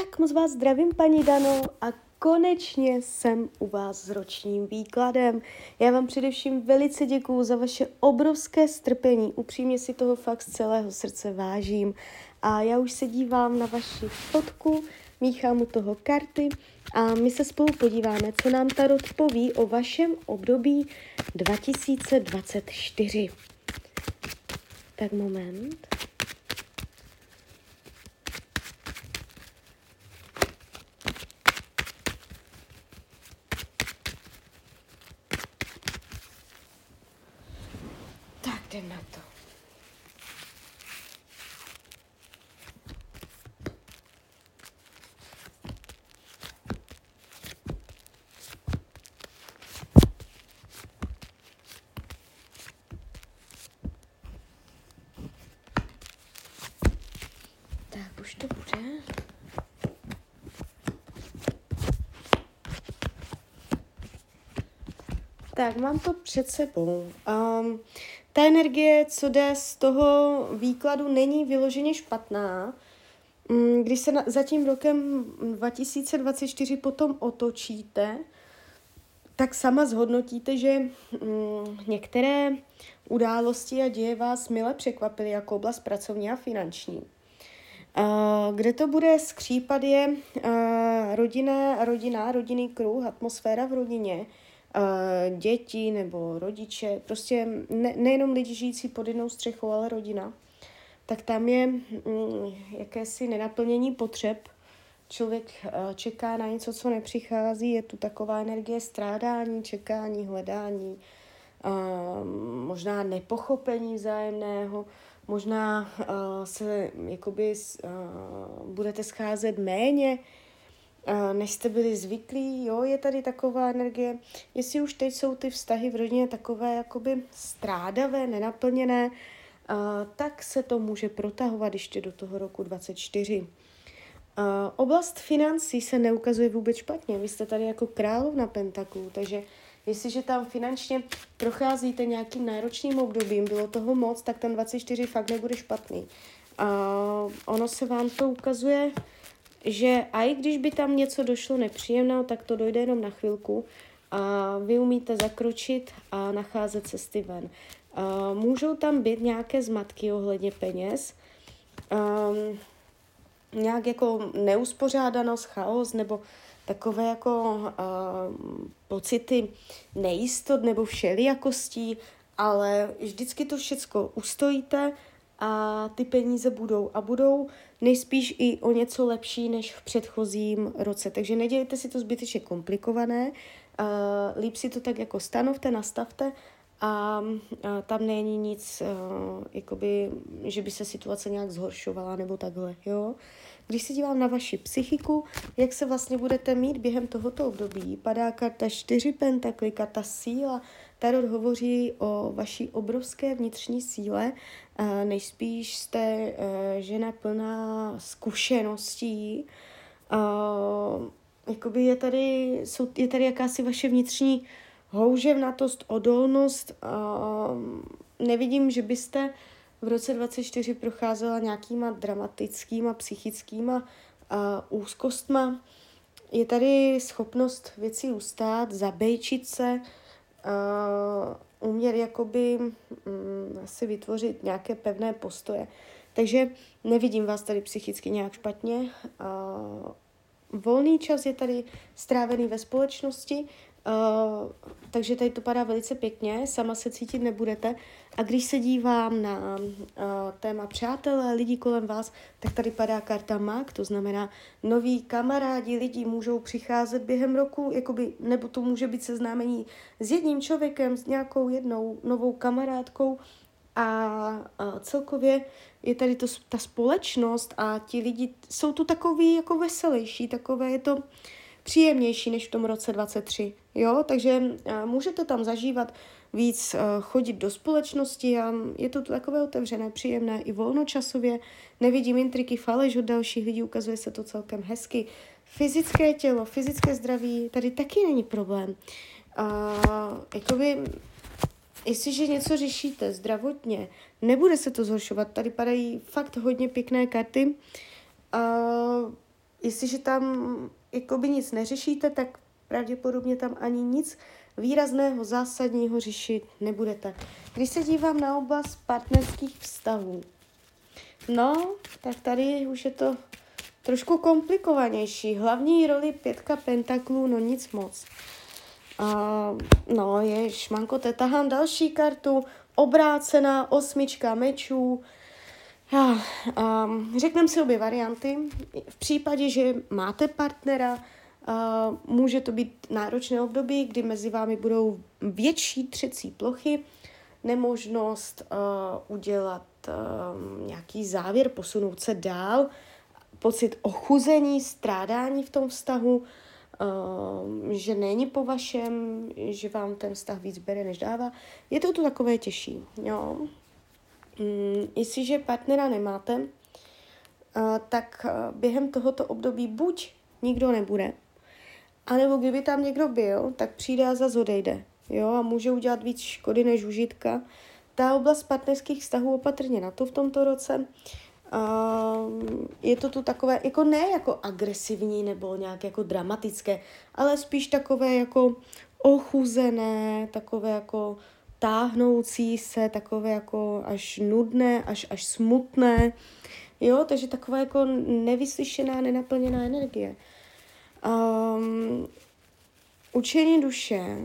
Tak moc vás zdravím, paní Dano, a konečně jsem u vás s ročním výkladem. Já vám především velice děkuju za vaše obrovské strpení, upřímně si toho fakt z celého srdce vážím. A já už se dívám na vaši fotku, míchám u toho karty a my se spolu podíváme, co nám tarot poví o vašem období 2024. Tak moment. Tak jdem na to. Tak už to bude. Tak, mám to před sebou. Ta energie, co jde z toho výkladu, není vyloženě špatná. Když se za tím rokem 2024 potom otočíte, tak sama zhodnotíte, že některé události a děje vás mile překvapily jako oblast pracovní a finanční. Kde to bude skřípat je rodinný kruh, atmosféra v rodině, děti nebo rodiče, prostě nejenom lidi žijící pod jednou střechou, ale rodina. Tak tam je jakési nenaplnění potřeb. Člověk čeká na něco, co nepřichází, je tu taková energie strádání, čekání, hledání, možná nepochopení vzájemného, možná se jakoby budete scházet méně, než jste byli zvyklí, jo, je tady taková energie. Jestli už teď jsou ty vztahy v rodině takové jakoby strádavé, nenaplněné, tak se to může protahovat ještě do toho roku 2024. Oblast financí se neukazuje vůbec špatně. Vy jste tady jako královna pentaklů, takže jestliže tam finančně procházíte nějakým náročným obdobím, bylo toho moc, tak ten 24 fakt nebude špatný. Ono se vám to ukazuje, že i když by tam něco došlo nepříjemného, tak to dojde jenom na chvilku a vy umíte zakročit a nacházet cesty ven. Můžou tam být nějaké zmatky ohledně peněz, nějak jako neuspořádanost, chaos nebo takové jako pocity nejistot nebo všelijakostí, ale vždycky to všecko ustojíte a ty peníze budou nejspíš i o něco lepší než v předchozím roce. Takže nedělejte si to zbytečně komplikované, líp si to tak jako stanovte, nastavte a tam není nic, jakoby, že by se situace nějak zhoršovala nebo takhle, jo. Když se dívám na vaši psychiku, jak se vlastně budete mít během tohoto období, padá karta 4 pentakly, karta síla. Tarot hovoří o vaší obrovské vnitřní síle, nejspíš jste žena plná zkušeností, jakoby je tady jakási vaše vnitřní houževnatost, odolnost. Nevidím, že byste v roce 2024 procházela nějakýma dramatickýma psychickýma úzkostma. Je tady schopnost věcí ustát, zabejčit se, umět jakoby si vytvořit nějaké pevné postoje. Takže nevidím vás tady psychicky nějak špatně. Volný čas je tady strávený ve společnosti, takže tady to padá velice pěkně, sama se cítit nebudete. A když se dívám na téma přátelé, lidi kolem vás, tak tady padá karta Mag, to znamená noví kamarádi, lidi můžou přicházet během roku, jakoby, nebo to může být seznámení s jedním člověkem, s nějakou jednou novou kamarádkou a celkově je tady ta společnost a ti lidi jsou tu takový jako veselější, takové je to příjemnější než v tom roce 23, jo, takže můžete tam zažívat víc, chodit do společnosti a je to takové otevřené, příjemné i volnočasově, nevidím intriky, faleš od dalších lidí, ukazuje se to celkem hezky. Fyzické tělo, fyzické zdraví, tady taky není problém. Jakoby, jestliže něco řešíte zdravotně, nebude se to zhoršovat, tady padají fakt hodně pěkné karty. jestliže tam jakoby nic neřešíte, tak pravděpodobně tam ani nic výrazného, zásadního řešit nebudete. Když se dívám na oblast partnerských vztahů, no, tak tady už je to trošku komplikovanější. Hlavní roli 5 pentaklů, no nic moc. No, šmanko, tahám další kartu, obrácená 8 mečů. Řekneme si obě varianty. V případě, že máte partnera, může to být náročné období, kdy mezi vámi budou větší třecí plochy, nemožnost udělat nějaký závěr, posunout se dál, pocit ochuzení, strádání v tom vztahu, že není po vašem, že vám ten vztah víc bere, než dává. Je to tu takové těžší. Jo? Jestliže partnera nemáte, tak během tohoto období buď nikdo nebude, anebo kdyby tam někdo byl, tak přijde a zase odejde. Jo? A může udělat víc škody než užitka. Ta oblast partnerských vztahů opatrně na to v tomto roce. Je to tu takové, jako ne jako agresivní nebo nějak jako dramatické, ale spíš takové jako ochuzené, takové jako táhnoucí se, takové jako až nudné, až smutné. Jo, takže taková jako nevyslyšená, nenaplněná energie. Učení duše,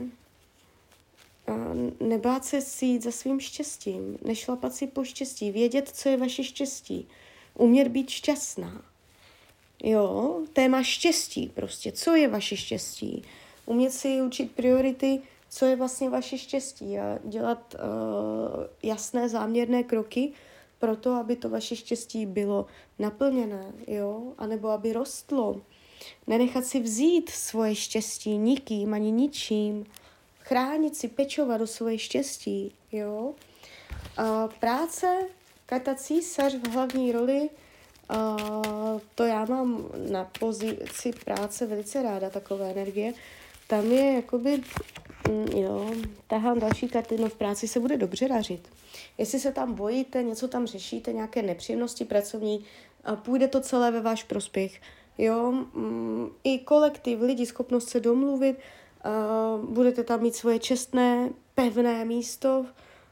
nebát se jít za svým štěstím, nešlapat si po štěstí, vědět, co je vaše štěstí, umět být šťastná. Jo, téma štěstí prostě, co je vaše štěstí, umět si učit priority, co je vlastně vaše štěstí a dělat jasné záměrné kroky pro to, aby to vaše štěstí bylo naplněné, jo, anebo aby rostlo. Nenechat si vzít svoje štěstí nikým ani ničím, chránit si, pečovat o svoje štěstí, jo. Práce, karta císař v hlavní roli, to já mám na pozici práce velice ráda, takové energie. Tam je jakoby, tahám další karty, no v práci se bude dobře dařit. Jestli se tam bojíte, něco tam řešíte, nějaké nepříjemnosti pracovní, půjde to celé ve váš prospěch. Jo, i kolektiv, lidi, schopnost se domluvit, budete tam mít svoje čestné, pevné místo.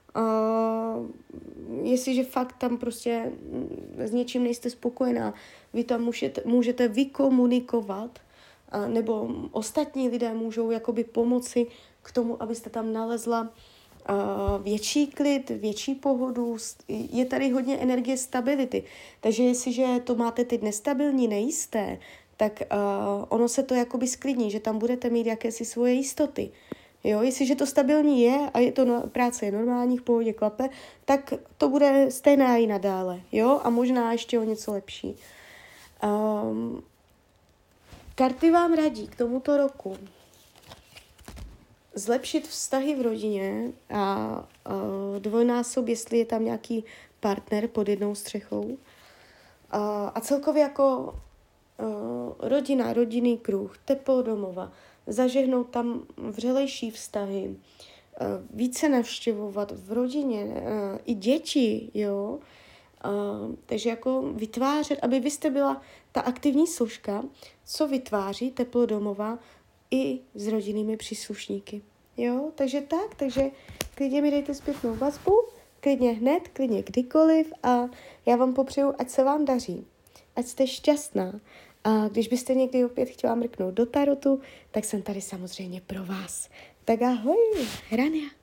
Jestliže fakt tam prostě s něčím nejste spokojená, vy tam můžete vykomunikovat, nebo ostatní lidé můžou jakoby pomoci k tomu, abyste tam nalezla větší klid, větší pohodu. Je tady hodně energie stability. Takže jestliže to máte teď nestabilní, nejisté, tak ono se to jakoby sklidní, že tam budete mít jakési svoje jistoty. Jo, jestliže to stabilní je a je to práce je normální, v pohodě klape, tak to bude stejná i nadále. Jo, a možná ještě o něco lepší. Karty vám radí k tomuto roku zlepšit vztahy v rodině a dvojnásob, jestli je tam nějaký partner pod jednou střechou. A celkově jako rodina, rodinný kruh, teplo domova, zažehnout tam vřelejší vztahy, více navštěvovat v rodině i děti, jo. Takže jako vytvářet, aby vy jste byla ta aktivní složka, co vytváří teplo domova i s rodinnými příslušníky. Jo, takže klidně mi dejte zpětnou vazbu, klidně hned, klidně kdykoliv a já vám popřeju, ať se vám daří, ať jste šťastná. A když byste někdy opět chtěla mrknout do tarotu, tak jsem tady samozřejmě pro vás. Tak ahoj, Rania.